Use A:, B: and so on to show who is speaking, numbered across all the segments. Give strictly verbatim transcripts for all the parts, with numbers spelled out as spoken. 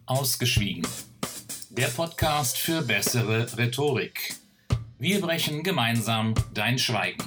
A: Ausgeschwiegen. Der Podcast für bessere Rhetorik. Wir brechen gemeinsam dein Schweigen.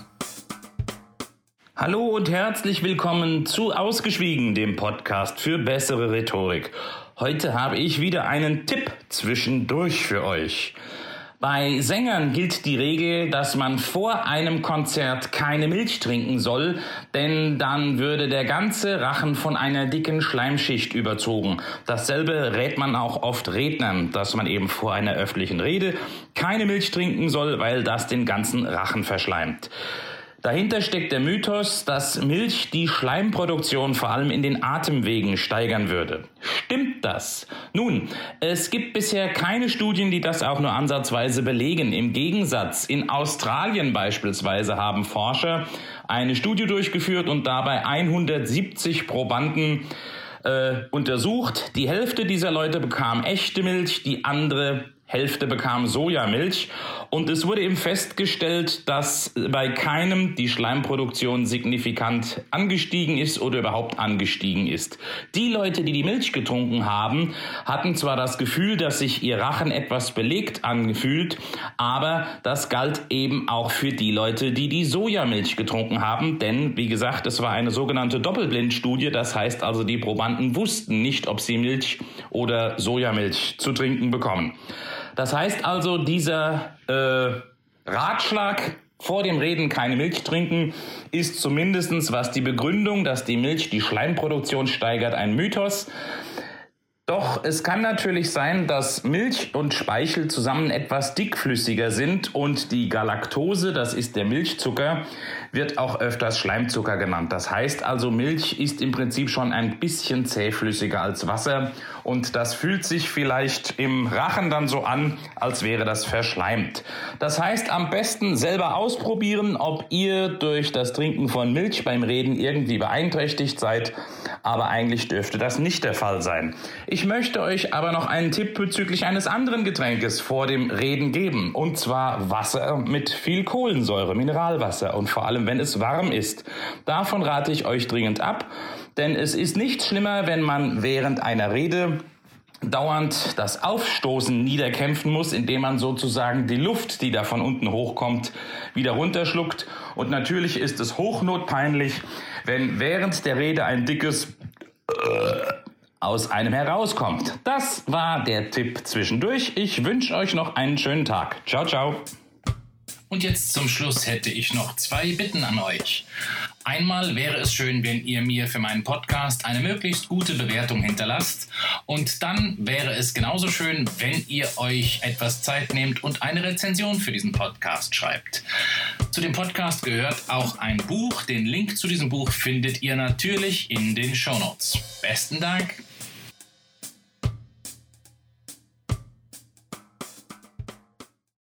B: Hallo und herzlich willkommen zu Ausgeschwiegen, dem Podcast für bessere Rhetorik. Heute habe ich wieder einen Tipp zwischendurch für euch. Bei Sängern gilt die Regel, dass man vor einem Konzert keine Milch trinken soll, denn dann würde der ganze Rachen von einer dicken Schleimschicht überzogen. Dasselbe rät man auch oft Rednern, dass man eben vor einer öffentlichen Rede keine Milch trinken soll, weil das den ganzen Rachen verschleimt. Dahinter steckt der Mythos, dass Milch die Schleimproduktion vor allem in den Atemwegen steigern würde. Stimmt das? Nun, es gibt bisher keine Studien, die das auch nur ansatzweise belegen. Im Gegensatz, in Australien beispielsweise haben Forscher eine Studie durchgeführt und dabei hundertsiebzig Probanden äh, untersucht. Die Hälfte dieser Leute bekam echte Milch, die andere Hälfte bekam Sojamilch und es wurde eben festgestellt, dass bei keinem die Schleimproduktion signifikant angestiegen ist oder überhaupt angestiegen ist. Die Leute, die die Milch getrunken haben, hatten zwar das Gefühl, dass sich ihr Rachen etwas belegt angefühlt, aber das galt eben auch für die Leute, die die Sojamilch getrunken haben, denn wie gesagt, es war eine sogenannte Doppelblindstudie, das heißt also, die Probanden wussten nicht, ob sie Milch oder Sojamilch zu trinken bekommen. Das heißt also, dieser äh, Ratschlag, vor dem Reden keine Milch trinken, ist zumindest, was die Begründung, dass die Milch die Schleimproduktion steigert, ein Mythos. Doch es kann natürlich sein, dass Milch und Speichel zusammen etwas dickflüssiger sind und die Galaktose, das ist der Milchzucker, wird auch öfters Schleimzucker genannt. Das heißt also, Milch ist im Prinzip schon ein bisschen zähflüssiger als Wasser und das fühlt sich vielleicht im Rachen dann so an, als wäre das verschleimt. Das heißt, am besten selber ausprobieren, ob ihr durch das Trinken von Milch beim Reden irgendwie beeinträchtigt seid, aber eigentlich dürfte das nicht der Fall sein. Ich möchte euch aber noch einen Tipp bezüglich eines anderen Getränkes vor dem Reden geben, und zwar Wasser mit viel Kohlensäure, Mineralwasser, und vor allem wenn es warm ist. Davon rate ich euch dringend ab, denn es ist nichts schlimmer, wenn man während einer Rede dauernd das Aufstoßen niederkämpfen muss, indem man sozusagen die Luft, die da von unten hochkommt, wieder runterschluckt. Und natürlich ist es hochnotpeinlich, wenn während der Rede ein dickes aus einem herauskommt. Das war der Tipp zwischendurch. Ich wünsche euch noch einen schönen Tag. Ciao, ciao.
A: Und jetzt zum Schluss hätte ich noch zwei Bitten an euch. Einmal wäre es schön, wenn ihr mir für meinen Podcast eine möglichst gute Bewertung hinterlasst. Und dann wäre es genauso schön, wenn ihr euch etwas Zeit nehmt und eine Rezension für diesen Podcast schreibt. Zu dem Podcast gehört auch ein Buch. Den Link zu diesem Buch findet ihr natürlich in den Shownotes. Besten Dank.